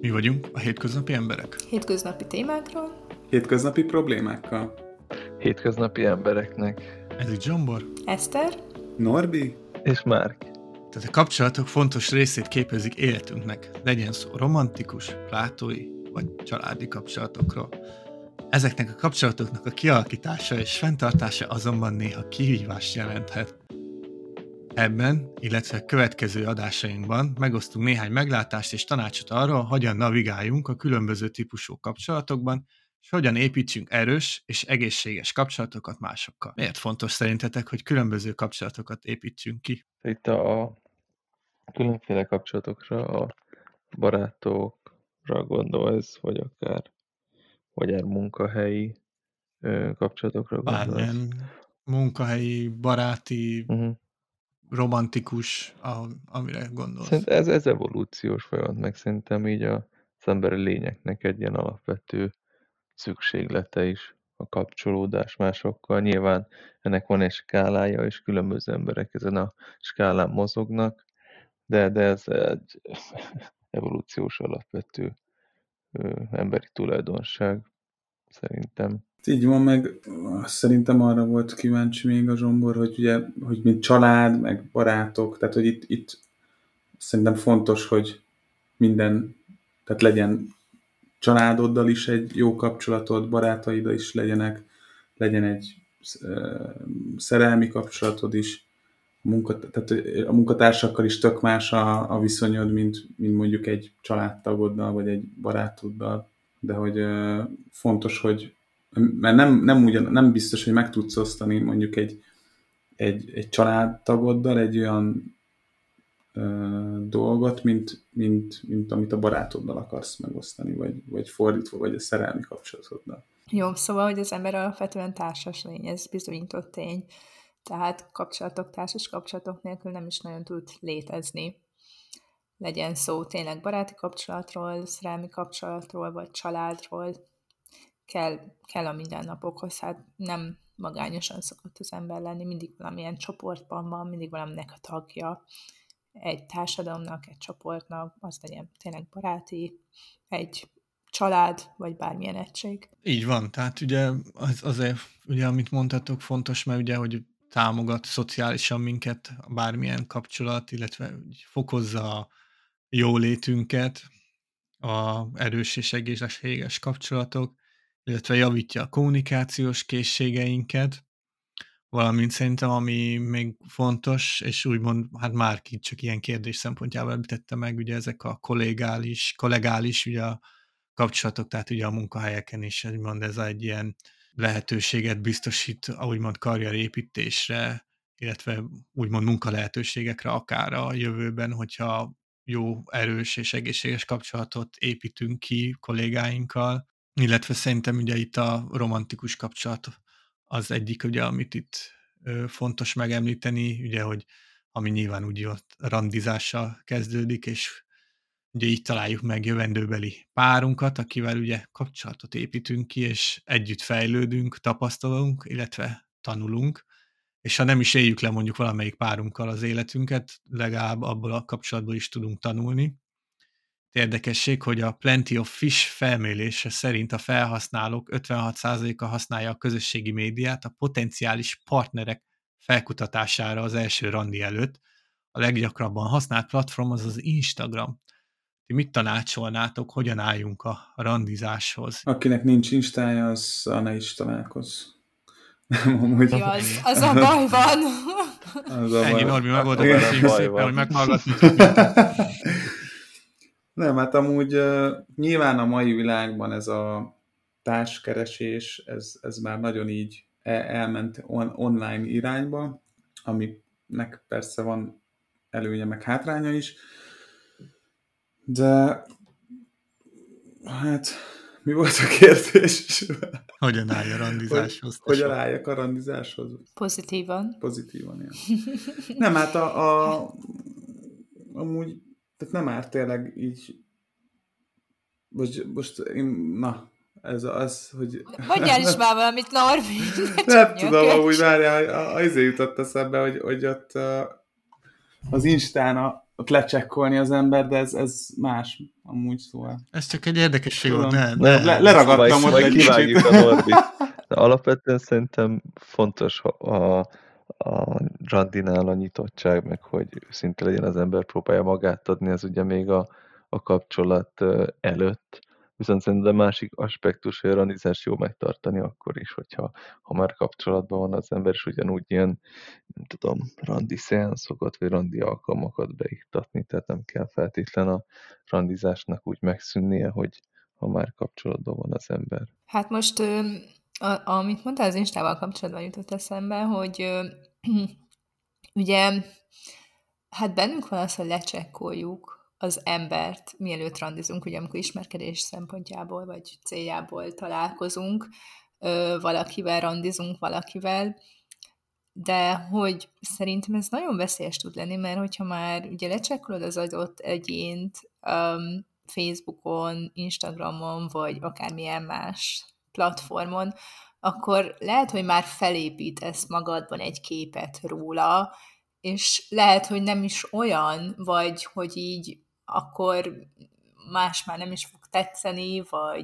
Mi vagyunk a hétköznapi emberek. Hétköznapi témákról. Hétköznapi problémákkal. Hétköznapi embereknek. Ez itt Zsombor. Eszter. Norbi. És Márk. Tehát a kapcsolatok fontos részét képezik életünknek. Legyen szó romantikus, plátói vagy családi kapcsolatokról. Ezeknek a kapcsolatoknak a kialakítása és fenntartása azonban néha kihívást jelenthet. Ebben, illetve a következő adásainkban megosztunk néhány meglátást és tanácsot arról, hogyan navigáljunk a különböző típusú kapcsolatokban, és hogyan építsünk erős és egészséges kapcsolatokat másokkal. Miért fontos szerintetek, hogy különböző kapcsolatokat építsünk ki? Itt a különféle kapcsolatokra, a barátokra gondolsz, vagy akár munkahelyi kapcsolatokra gondolsz? Bármilyen munkahelyi, baráti, romantikus, amire gondolsz. Szerintem ez evolúciós folyamat, meg szerintem így az emberi lényeknek egy ilyen alapvető szükséglete is a kapcsolódás másokkal. Nyilván ennek van egy skálája, és különböző emberek ezen a skálán mozognak, de ez egy evolúciós alapvető emberi tulajdonság, szerintem. Így van, meg szerintem arra volt kíváncsi még a Zsombor, hogy ugye, hogy mint család, meg barátok, tehát hogy itt szerintem fontos, hogy minden, tehát legyen családoddal is egy jó kapcsolatod, barátaiddal is legyen egy szerelmi kapcsolatod is, tehát a munkatársakkal is tök más a viszonyod, mint mondjuk egy családtagoddal, vagy egy barátoddal, de hogy fontos, hogy mert nem biztos, hogy meg tudsz osztani mondjuk egy családtagoddal egy olyan dolgot, mint amit a barátoddal akarsz megosztani, vagy fordítva, vagy a szerelmi kapcsolatoddal. Jó, szóval, hogy az ember alapvetően társas lény, ez bizonyított tény. Tehát társas kapcsolatok nélkül nem is nagyon tud létezni. Legyen szó tényleg baráti kapcsolatról, szerelmi kapcsolatról, vagy családról. Kell a mindennapokhoz, hát nem magányosan szokott az ember lenni, mindig valamilyen csoportban van, mindig valaminek a tagja, egy társadalomnak, egy csoportnak, az legyen tényleg baráti, egy család, vagy bármilyen egység. Így van, tehát ugye azért, ugye, amit mondtatok, fontos, mert ugye, hogy támogat szociálisan minket bármilyen kapcsolat, illetve fokozza a jólétünket, a erős és egészséges kapcsolatok, illetve javítja a kommunikációs készségeinket, valamint szerintem, ami még fontos, és úgymond, hát már csak ilyen kérdés szempontjából említette meg, ugye ezek a kollegális ugye a kapcsolatok, tehát ugye a munkahelyeken is, úgymond ez egy ilyen lehetőséget biztosít, úgymond karrierépítésre, illetve úgymond munkalehetőségekre akár a jövőben, hogyha jó, erős és egészséges kapcsolatot építünk ki kollégáinkkal, illetve szerintem ugye itt a romantikus kapcsolat az egyik, ugye, amit itt fontos megemlíteni, ugye, hogy ami nyilván úgy ott randizással kezdődik, és ugye így találjuk meg jövendőbeli párunkat, akivel ugye kapcsolatot építünk ki, és együtt fejlődünk, tapasztalunk, illetve tanulunk, és ha nem is éljük le mondjuk valamelyik párunkkal az életünket, legalább abból a kapcsolatból is tudunk tanulni. Érdekesség, hogy a Plenty of Fish felmérése szerint a felhasználók 56%-a használja a közösségi médiát a potenciális partnerek felkutatására az első randi előtt. A leggyakrabban használt platform az az Instagram. Ti mit tanácsolnátok, hogyan álljunk a randizáshoz? Akinek nincs Instája, az ne is találkozz. Nem, amúgy... Ja, az a baj van. Ennyi, Norbi, megoldok, hogy meghallgatni. Nem, hát amúgy nyilván a mai világban ez a társkeresés, ez már nagyon így elment online irányba, aminek persze van előnye, meg hátránya is, de hát mi volt a kérdés? Hogyan állj a randizáshoz? Hogyan álljak a randizáshoz? Pozitívan. Pozitívan, ja. Nem, hát amúgy tehát nem árt tényleg így most én, na, ez az, hogy... Mondjál is már valamit, Norbi! Nem tudom, amúgy várjál, azért jutott eszembe, hogy ott az Instán ott lecsekkolni az ember, de ez más amúgy, szóval. Ez csak egy érdekesség volt, Tudom. ne. Leragadtam ott majd egy kicsit. kivágjuk a Norbit. De alapvetően szerintem fontos a randinál a nyitottság, meg hogy szinte legyen az ember próbálja magát adni, ez ugye még a kapcsolat előtt. Viszont szerintem a másik aspektus, hogy a randizást jó megtartani akkor is, ha már kapcsolatban van az ember, és ugyanúgy ilyen, nem tudom, randi szeanszokat, vagy randi alkalmakat beiktatni, tehát nem kell feltétlen a randizásnak úgy megszűnnie, hogy ha már kapcsolatban van az ember. Hát most, amit mondtál az Instával kapcsolatban jutott eszembe, hogy ugye, hát bennünk van az, hogy lecsekkoljuk az embert, mielőtt randizunk, ugye amikor ismerkedés szempontjából, vagy céljából találkozunk, valakivel randizunk valakivel, de hogy szerintem ez nagyon veszélyes tud lenni, mert hogyha már ugye lecsekkolod az adott egyént Facebookon, Instagramon, vagy akármilyen más platformon, akkor lehet, hogy már felépítesz magadban egy képet róla, és lehet, hogy nem is olyan, vagy hogy így akkor más már nem is fog tetszeni,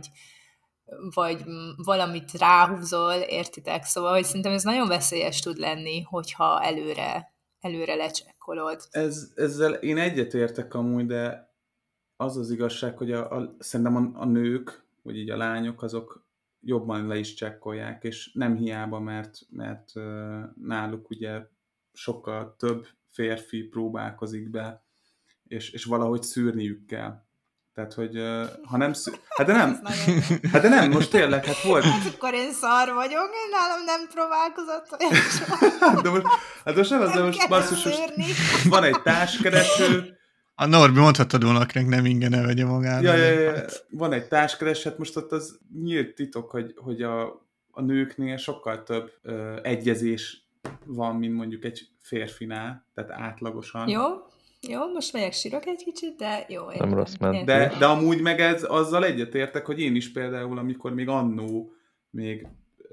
vagy valamit ráhúzol, értitek? Szóval, hogy szerintem ez nagyon veszélyes tud lenni, hogyha előre lecsekkolod. Ezzel én egyetértek amúgy, de az az igazság, hogy szerintem a nők, vagy így a lányok, azok jobban le is csekkolják, és nem hiába, mert náluk ugye sokkal több férfi próbálkozik be, és valahogy szűrniük kell. Tehát, hogy ha nem hát de nem, most tényleg, hát volt. Hát akkor én szar vagyok, én nálam nem próbálkozott olyan soha. Hát most nem az, de most basszus, van egy társkereső. A Norbi mondhatod volna, akinek nem ingyen ne vegye magára. Ja. Van egy társkereső, hát most ott az nyílt titok, hogy a nőknél sokkal több egyezés van, mint mondjuk egy férfinál, tehát átlagosan. Jó, most megyek sírok egy kicsit, de jó. Nem rossz ment. De amúgy meg azzal egyetértek, hogy én is például, amikor még annó még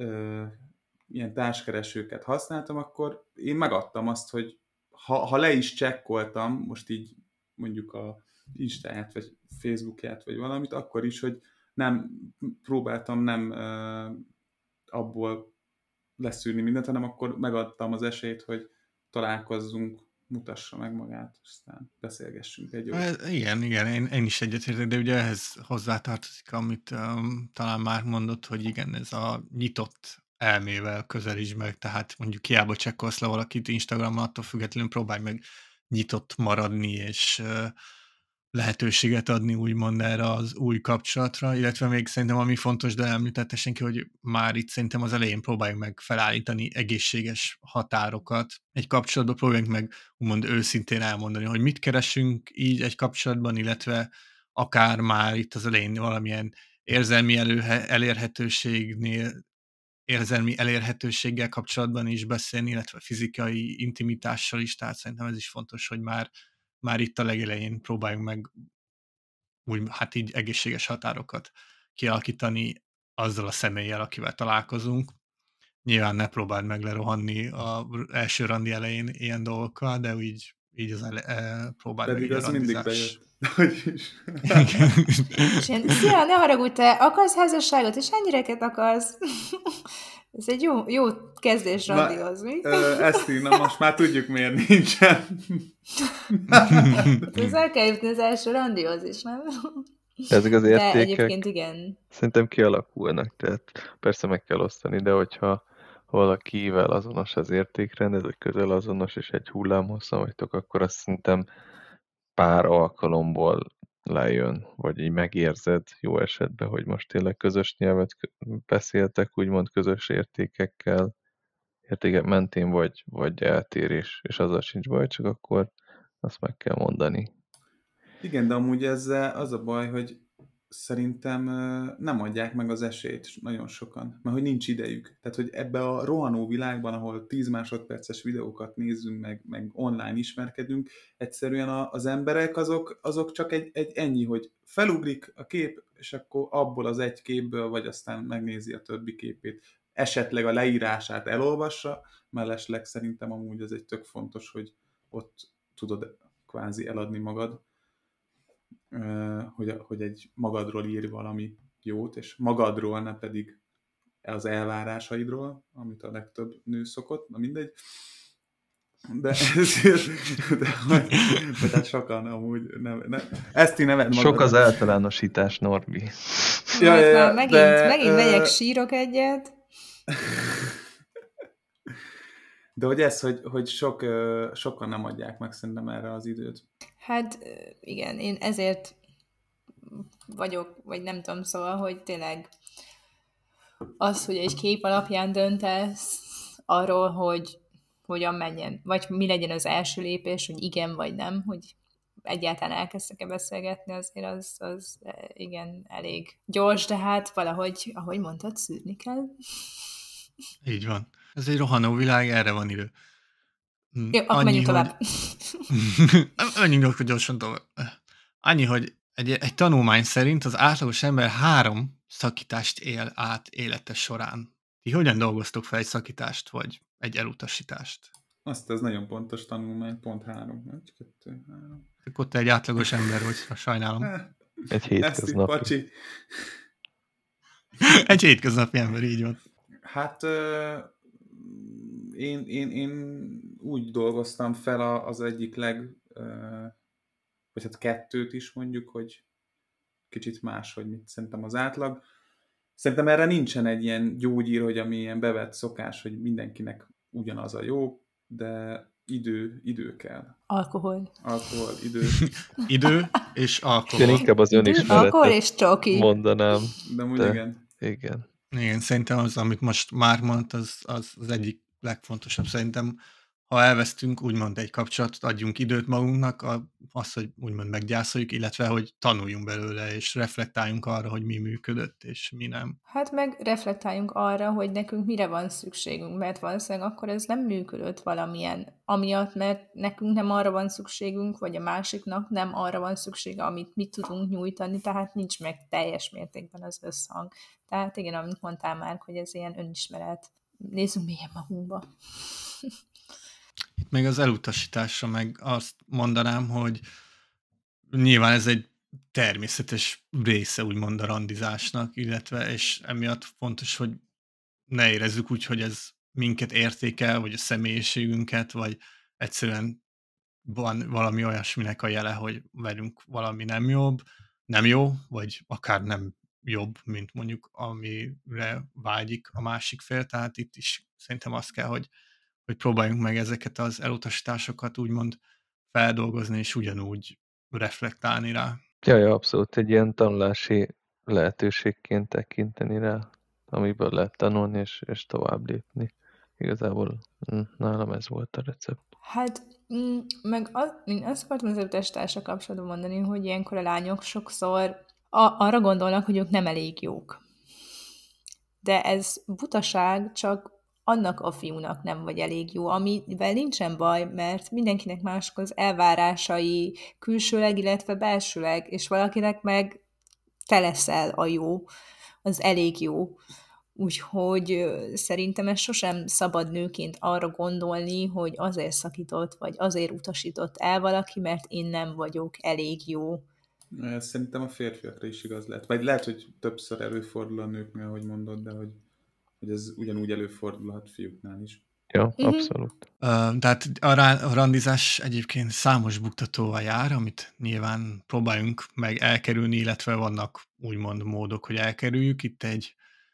ilyen társkeresőket használtam, akkor én megadtam azt, hogy ha le is csekkoltam, most így mondjuk a Instáját, vagy Facebookját, vagy valamit, akkor is, hogy nem próbáltam nem abból leszűrni mindent, hanem akkor megadtam az esélyt, hogy találkozzunk, mutassa meg magát, aztán beszélgessünk egy jót. Igen, én is egyetértek, de ugye ehhez hozzátartozik, amit talán már mondott, hogy igen, ez a nyitott elmével közelíts meg, tehát mondjuk hiába csekkolsz le valakit Instagramon, attól függetlenül próbálj meg nyitott maradni, és lehetőséget adni úgymond erre az új kapcsolatra, illetve még szerintem ami fontos, de említette senki, hogy már itt szerintem az elején próbáljuk meg felállítani egészséges határokat. Egy kapcsolatban próbáljuk meg úgymond őszintén elmondani, hogy mit keresünk így egy kapcsolatban, illetve akár már itt az elején valamilyen érzelmi elérhetőséggel kapcsolatban is beszélni, illetve fizikai intimitással is, tehát szerintem ez is fontos, hogy már itt a legelején próbáljunk meg úgy, hát így egészséges határokat kialakítani azzal a személlyel, akivel találkozunk. Nyilván ne próbáld meg lerohanni az első randi elején ilyen dolgokkal, de így az próbáld pedig meg így az a mindig randizás. bejött. És én, szia, ne haragudj, te akarsz házasságot, és hány gyereket akarsz? Ez egy jó kezdés randihozni. Eszti, most már tudjuk, miért nincsen. Ez el kell jutni az első randihoz is, nem? Ezek az értékek de egyébként igen. Szerintem kialakulnak, tehát persze meg kell osztani, de hogyha valakivel azonos az értékrend, vagy közel azonos, és egy hullámhosszan vagytok, akkor azt szerintem pár alkalomból lejön, vagy így megérzed jó esetben, hogy most tényleg közös nyelvet beszéltek, úgymond közös értékek mentén, vagy eltérés, és azzal sincs baj, csak akkor azt meg kell mondani. Igen, de amúgy ezzel az a baj, hogy szerintem nem adják meg az esélyt nagyon sokan, mert hogy nincs idejük. Tehát, hogy ebbe a rohanó világban, ahol 10 másodperces videókat nézzünk, meg online ismerkedünk, egyszerűen az emberek azok csak egy ennyi, hogy felugrik a kép, és akkor abból az egy képből, vagy aztán megnézi a többi képét, esetleg a leírását elolvassa, mellesleg szerintem amúgy ez egy tök fontos, hogy ott tudod kvázi eladni magad, hogy egy magadról írj valami jót, és magadról, ne pedig az elvárásaidról, amit a legtöbb nő szokott, na mindegy. De tehát sokan amúgy nem ezt így neved magad. Sok az általánosítás, Norbi. Ja, megint megyek, sírok egyet. De hogy ez, hogy sokan nem adják meg szerintem erre az időt. Hát igen, én ezért vagyok, vagy nem tudom, szóval, hogy tényleg az, hogy egy kép alapján döntesz arról, hogy hogyan menjen, vagy mi legyen az első lépés, hogy igen vagy nem, hogy egyáltalán elkezdtek-e beszélgetni, azért az igen, elég gyors, de hát valahogy, ahogy mondtad, szűrni kell. Így van. Ez egy rohanó világ, erre van idő. Jó, akkor menjünk tovább. Menjünk akkor gyorsan tovább. Annyi, hogy egy tanulmány szerint az átlagos ember 3 szakítást él át élete során. Ti hogyan dolgoztok fel egy szakítást, vagy egy elutasítást? Azt ez nagyon pontos tanulmány, pont 3. 1, 2, 3. Akkor te egy átlagos ember vagy, sajnálom. Egy hétköznapi. Egy hétköznapi ember, így van. Hát én úgy dolgoztam fel az egyik vagy hát 2 is mondjuk, hogy kicsit más, hogy mit szerintem az átlag. Szerintem erre nincsen egy ilyen gyógyír, hogy ami ilyen bevett szokás, hogy mindenkinek ugyanaz a jó, de idő kell. Alkohol, idő. Idő és alkohol. Én inkább az alkohol és csoki. mondanám. De úgy Igen. Igen, szerintem az, amit most már mondt, az egyik legfontosabb. Szerintem, ha elvesztünk úgymond egy kapcsolatot, adjunk időt magunknak, azt, hogy úgymond meggyászoljuk, illetve, hogy tanuljunk belőle, és reflektáljunk arra, hogy mi működött, és mi nem. Hát meg reflektáljunk arra, hogy nekünk mire van szükségünk, mert valószínűleg akkor ez nem működött valamilyen amiatt, mert nekünk nem arra van szükségünk, vagy a másiknak nem arra van szüksége, amit mi tudunk nyújtani, tehát nincs meg teljes mértékben az összhang. Tehát igen, amit mondtál már, hogy ez ilyen önismeret. Nézzünk mélyen magunkba. Itt még az elutasításra meg azt mondanám, hogy nyilván ez egy természetes része úgymond a randizásnak, illetve, és emiatt fontos, hogy ne érezzük úgy, hogy ez minket értékel, vagy a személyiségünket, vagy egyszerűen van valami olyasminek a jele, hogy velünk valami nem jó, vagy akár nem jobb, mint mondjuk amire vágyik a másik fél, tehát itt is szerintem azt kell, hogy próbáljunk meg ezeket az elutasításokat úgymond feldolgozni, és ugyanúgy reflektálni rá. Ja, abszolút egy ilyen tanulási lehetőségként tekinteni rá, amiből lehet tanulni, és tovább lépni. Igazából nálam ez volt a recept. Hát, meg én azt akartam az elutasítással kapcsolatban mondani, hogy ilyenkor a lányok sokszor arra gondolnak, hogy ők nem elég jók. De ez butaság, csak annak a fiúnak nem vagy elég jó, amivel nincsen baj, mert mindenkinek mások az elvárásai külsőleg, illetve belsőleg, és valakinek meg te leszel a jó, az elég jó. Úgyhogy szerintem ez sosem szabad nőként arra gondolni, hogy azért szakított, vagy azért utasított el valaki, mert én nem vagyok elég jó. Szerintem a férfiakra is igaz lehet. Vagy lehet, hogy többször előfordul a nőknél, ahogy mondod, de hogy ez ugyanúgy előfordulhat fiúknál is. Ja, abszolút. Tehát a randizás egyébként számos buktatóval jár, amit nyilván próbáljunk meg elkerülni, illetve vannak úgymond módok, hogy elkerüljük. Itt egy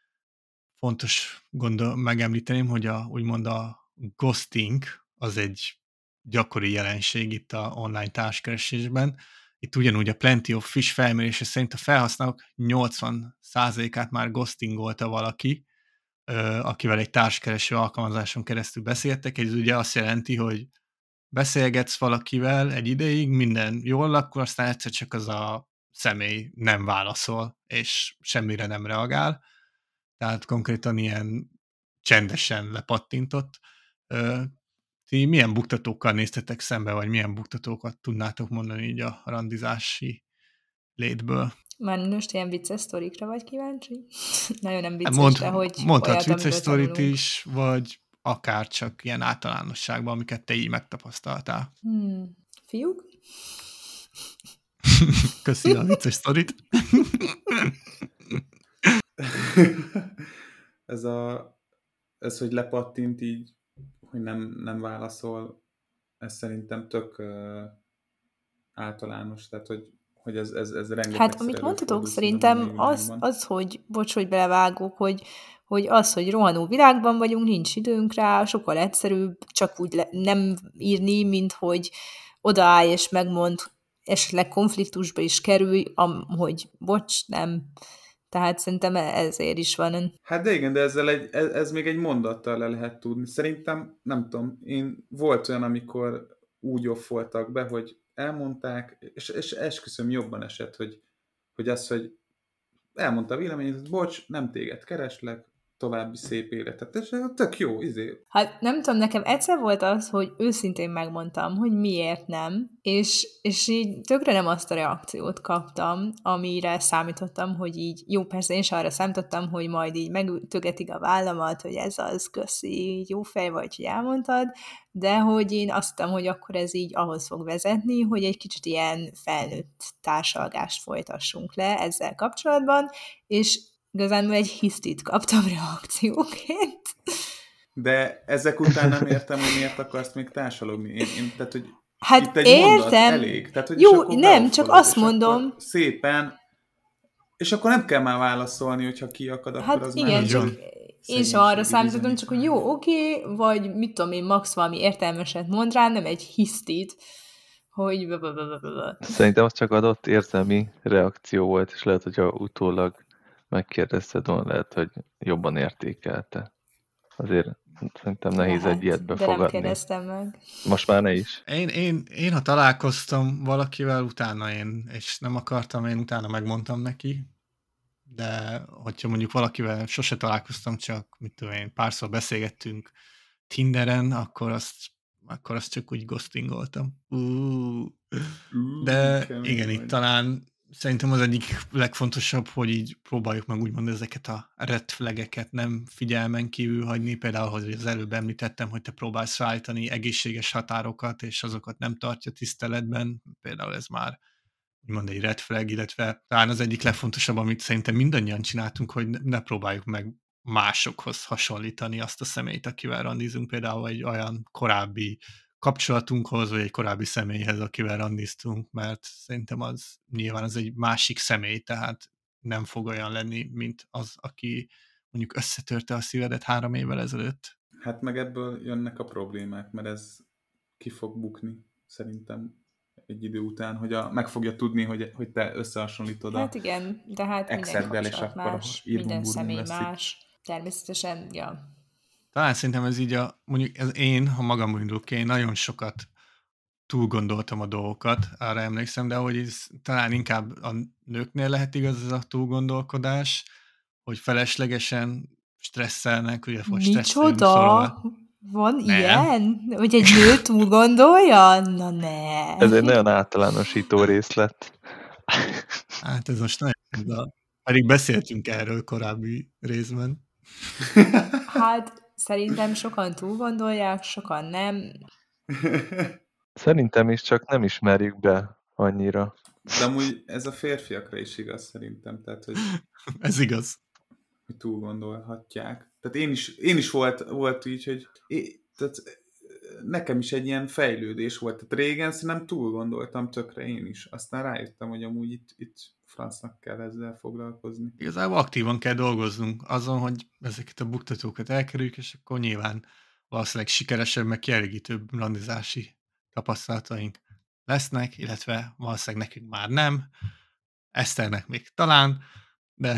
fontos megemlíteném, hogy úgymond a ghosting az egy gyakori jelenség itt a online társkeresésben. Itt ugyanúgy a Plenty of Fish felmérése szerint a felhasználók 80%-át már ghostingolta valaki, akivel egy társkereső alkalmazáson keresztül beszéltek. Ez ugye azt jelenti, hogy beszélgetsz valakivel egy ideig, minden jól, akkor aztán egyszer csak az a személy nem válaszol, és semmire nem reagál. Tehát konkrétan ilyen csendesen lepattintott. Ti milyen buktatókkal néztetek szembe, vagy milyen buktatókat tudnátok mondani így a randizási létből? Már most ilyen vicces sztorikra vagy kíváncsi? Nagyon nem vicces, de hogy mondhatsz vicces sztorit is, vagy akár csak ilyen általánosságban, amiket te így megtapasztaltál. Fiúk? Köszi a vicces sztorit. ez, hogy lepattint így, hogy nem válaszol, ez szerintem tök általános, tehát hogy ez Hát, rengetegszer amit mondhatok, előfordul szerintem a mai szerintem világban. hogy, bocs, hogy belevágok, hogy az, hogy rohanó világban vagyunk, nincs időnk rá, sokkal egyszerűbb csak úgy nem írni, mint hogy odaállj és megmond, esetleg konfliktusba is kerülj, hogy bocs, nem. Tehát szerintem ezért is van. Hát de igen, de ez még egy mondattal le lehet tudni. Szerintem, nem tudom, volt olyan, amikor úgy offoltak be, hogy elmondták, és esküszöm jobban esett, hogy az, hogy elmondta a véleményét, bocs, nem téged kereslek, további szép életet. És tök jó, Hát nem tudom, nekem egyszer volt az, hogy őszintén megmondtam, hogy miért nem, és így tökre nem azt a reakciót kaptam, amire számítottam, hogy így, jó, persze én sem arra számítottam, hogy majd így megütögetik a vállamat, hogy ez az, köszi, jó fej vagy, hogy elmondtad, de hogy én azt hittem, hogy akkor ez így ahhoz fog vezetni, hogy egy kicsit ilyen felnőtt társalgást folytassunk le ezzel kapcsolatban, és igazán egy hisztit kaptam reakcióként. De ezek után nem értem, hogy miért akarsz még társalogni. Tehát, hogy Hát itt egy értem. mondat elég. Tehát, hogy Jó, és akkor nem, csak beoffolod, azt és mondom. akkor szépen, és akkor nem kell már válaszolni, hogyha kiakad, akkor Hát az igen, már csak én sem arra számítottam, bizonyítvány. csak hogy jó, oké, vagy mit tudom én, max valami értelmeset mond rá, nem egy hisztit, hogy... Szerintem az csak adott érzelmi reakció volt, és lehet, hogyha utólag megkérdezted volna, lehet, hogy jobban értékelte. Azért szerintem nehéz egy ilyet de nem befogadni. kérdeztem meg. Most már ne is. Én ha találkoztam valakivel, utána és nem akartam, én utána megmondtam neki, de hogyha mondjuk valakivel sose találkoztam, csak mit tudom én, párszor beszélgettünk Tinderen, akkor azt csak úgy ghostingoltam. De igen, itt talán szerintem az egyik legfontosabb, hogy így próbáljuk meg úgymond ezeket a red flageket nem figyelmen kívül hagyni, például, hogy az előbb említettem, hogy te próbálsz felállítani egészséges határokat, és azokat nem tartja tiszteletben, például ez már úgymond egy red flag, illetve talán az egyik legfontosabb, amit szerintem mindannyian csináltunk, hogy ne próbáljuk meg másokhoz hasonlítani azt a személyt, akivel randizunk, például egy olyan korábbi kapcsolatunkhoz, vagy egy korábbi személyhez, akivel randiztunk, mert szerintem az nyilván az egy másik személy, tehát nem fog olyan lenni, mint az, aki mondjuk összetörte a szívedet 3 évvel ezelőtt. Hát meg ebből jönnek a problémák, mert ez ki fog bukni, szerintem egy idő után, hogy meg fogja tudni, hogy te összehasonlítod Hát igen, de hát minden kapcsolat más, minden személy más. Természetesen, ja. Talán szerintem ez így mondjuk én, ha magamból indulok ki, én nagyon sokat túl gondoltam a dolgokat, arra emlékszem, de hogy ez talán inkább a nőknél lehet igaz ez a túlgondolkodás, hogy feleslegesen stresszelnek, ugye, hogy stresszeljünk Micsoda? Van ilyen? Hogy egy nő túl gondolja? Na ne. Ez egy nagyon általánosító részlet. Hát ez most nagyon, pedig beszéltünk erről korábbi részben. Hát szerintem sokan túl gondolják, sokan nem. Szerintem is, csak nem ismerjük be annyira. De amúgy ez a férfiakra is igaz szerintem, tehát hogy Ez igaz. Hogy túl gondolhatják. Tehát én is volt így, hogy tehát nekem is egy ilyen fejlődés volt. Tehát régen szerintem túl gondoltam tökre én is. Aztán rájöttem, hogy amúgy itt francnak kell ezzel foglalkozni. Igazából aktívan kell dolgoznunk azon, hogy ezeket a buktatókat elkerüljük, és akkor nyilván valószínűleg sikeresebb, meg kielégítőbb randizási tapasztalataink lesznek, illetve valószínűleg nekünk már nem. Eszternek még talán, de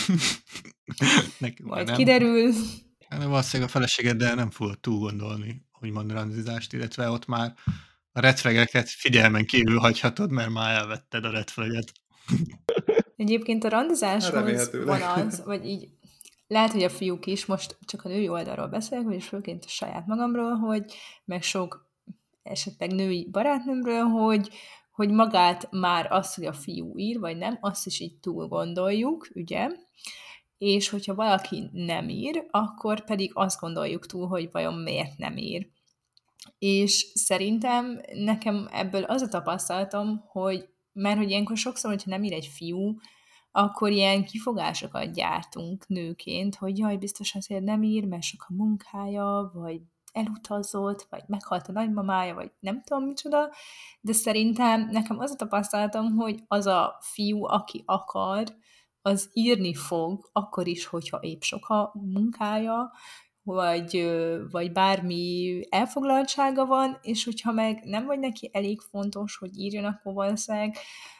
nekünk majd nem. Kiderül. De valószínűleg a feleségeddel nem fogod túl gondolni, úgymond randizást, illetve ott már a red flageket figyelmen kívül hagyhatod, mert már elvetted a red flaget. Egyébként a randizáshoz Remélhetőleg. van az, vagy így lehet, hogy a fiúk is, most csak a női oldalról beszélek, vagyis főként a saját magamról, hogy meg sok esetleg női barátnőmről, hogy magát már azt, hogy a fiú ír, vagy nem, azt is így túl gondoljuk, ugye? És hogyha valaki nem ír, akkor pedig azt gondoljuk túl, hogy vajon miért nem ír. És szerintem nekem ebből az a tapasztalatom, hogy mert hogy ilyenkor sokszor, hogyha nem ír egy fiú, akkor ilyen kifogásokat gyártunk nőként, hogy jaj, biztos azért nem ír, mert sok a munkája, vagy elutazott, vagy meghalt a nagymamája, vagy nem tudom micsoda, de szerintem nekem az a tapasztalatom, hogy az a fiú, aki akar, az írni fog, akkor is, hogyha épp sok a munkája, vagy bármi elfoglaltsága van, és hogyha meg nem vagy neki elég fontos, hogy írjon, akkor valószínűleg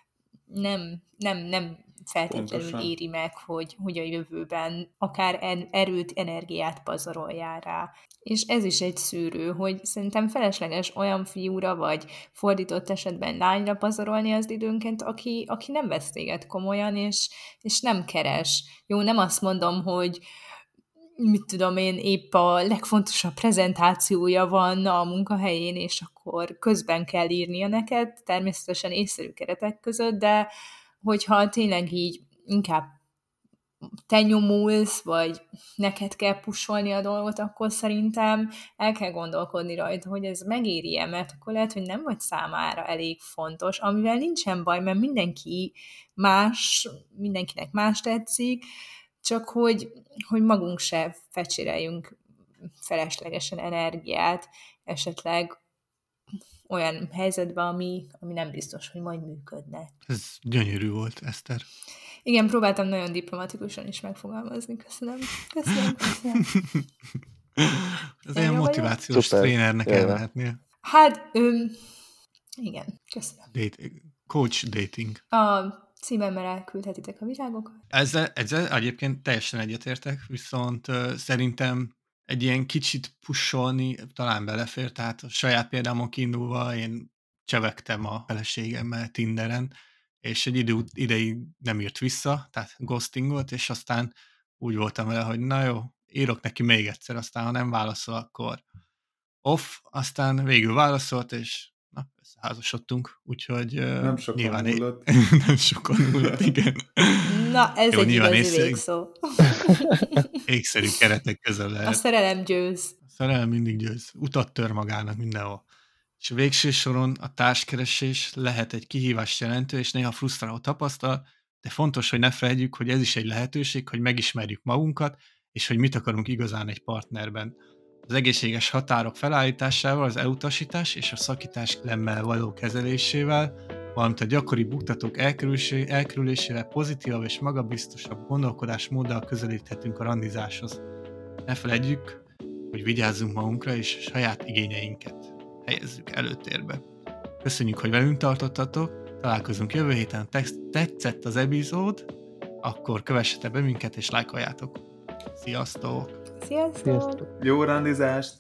nem feltétlenül Pontosan. éri meg, hogy a jövőben akár erőt, energiát pazaroljál rá. És ez is egy szűrő, hogy szerintem felesleges olyan fiúra, vagy fordított esetben lányra pazarolni az időnként, aki nem vesz téged komolyan, és nem keres. Jó, nem azt mondom, hogy mit tudom én, épp a legfontosabb prezentációja van a munkahelyén, és akkor közben kell írnia neked, természetesen észszerű keretek között, de hogyha tényleg így inkább te nyomulsz, vagy neked kell pusolni a dolgot, akkor szerintem el kell gondolkodni rajta, hogy ez megéri-e, mert akkor lehet, hogy nem vagy számára elég fontos, amivel nincsen baj, mert mindenkinek más tetszik, csak hogy magunk se fecséreljünk feleslegesen energiát, esetleg olyan helyzetben, ami nem biztos, hogy majd működne. Ez gyönyörű volt, Eszter. Igen, próbáltam nagyon diplomatikusan is megfogalmazni. Köszönöm. Ez ilyen motivációs Szuper. trénernek Jaj. elmehetnél. Hát, igen, köszönöm. Coach dating. A címemmel elküldhetitek a virágokat. Ezzel egyébként teljesen egyetértek, viszont szerintem egy ilyen kicsit pusolni talán belefér, tehát a saját példámon kiindulva én csevegtem a feleségemmel Tinderen, és egy ideig nem írt vissza, tehát ghostingolt, és aztán úgy voltam vele, hogy na jó, írok neki még egyszer, aztán ha nem válaszol, akkor off, aztán végül válaszolt, és na, összeházasodtunk, úgyhogy Nem sokan nyilván múlott. nem sokan múlott, igen. Na, ez Jó, egy nyilván igazi végszó. ékszerű keretek közül lehet. A szerelem győz. A szerelem mindig győz. Utat tör magának mindenhol. És a végső soron a társkeresés lehet egy kihívást jelentő, és néha frusztráló tapasztal, de fontos, hogy ne felejtjük, hogy ez is egy lehetőség, hogy megismerjük magunkat, és hogy mit akarunk igazán egy partnerben. Az egészséges határok felállításával, az elutasítás és a szakításlemmel való kezelésével, valamint a gyakori buktatók elkerülésével pozitívabb és magabiztosabb gondolkodásmóddal közelíthetünk a randizáshoz. Ne feledjük, hogy vigyázzunk magunkra és saját igényeinket helyezzük előtérbe. Köszönjük, hogy velünk tartottatok, találkozunk jövő héten. Tetszett az epizód, akkor kövessetek be minket és lájkoljátok. Sziasztok! Sziasztok! Jó randizást!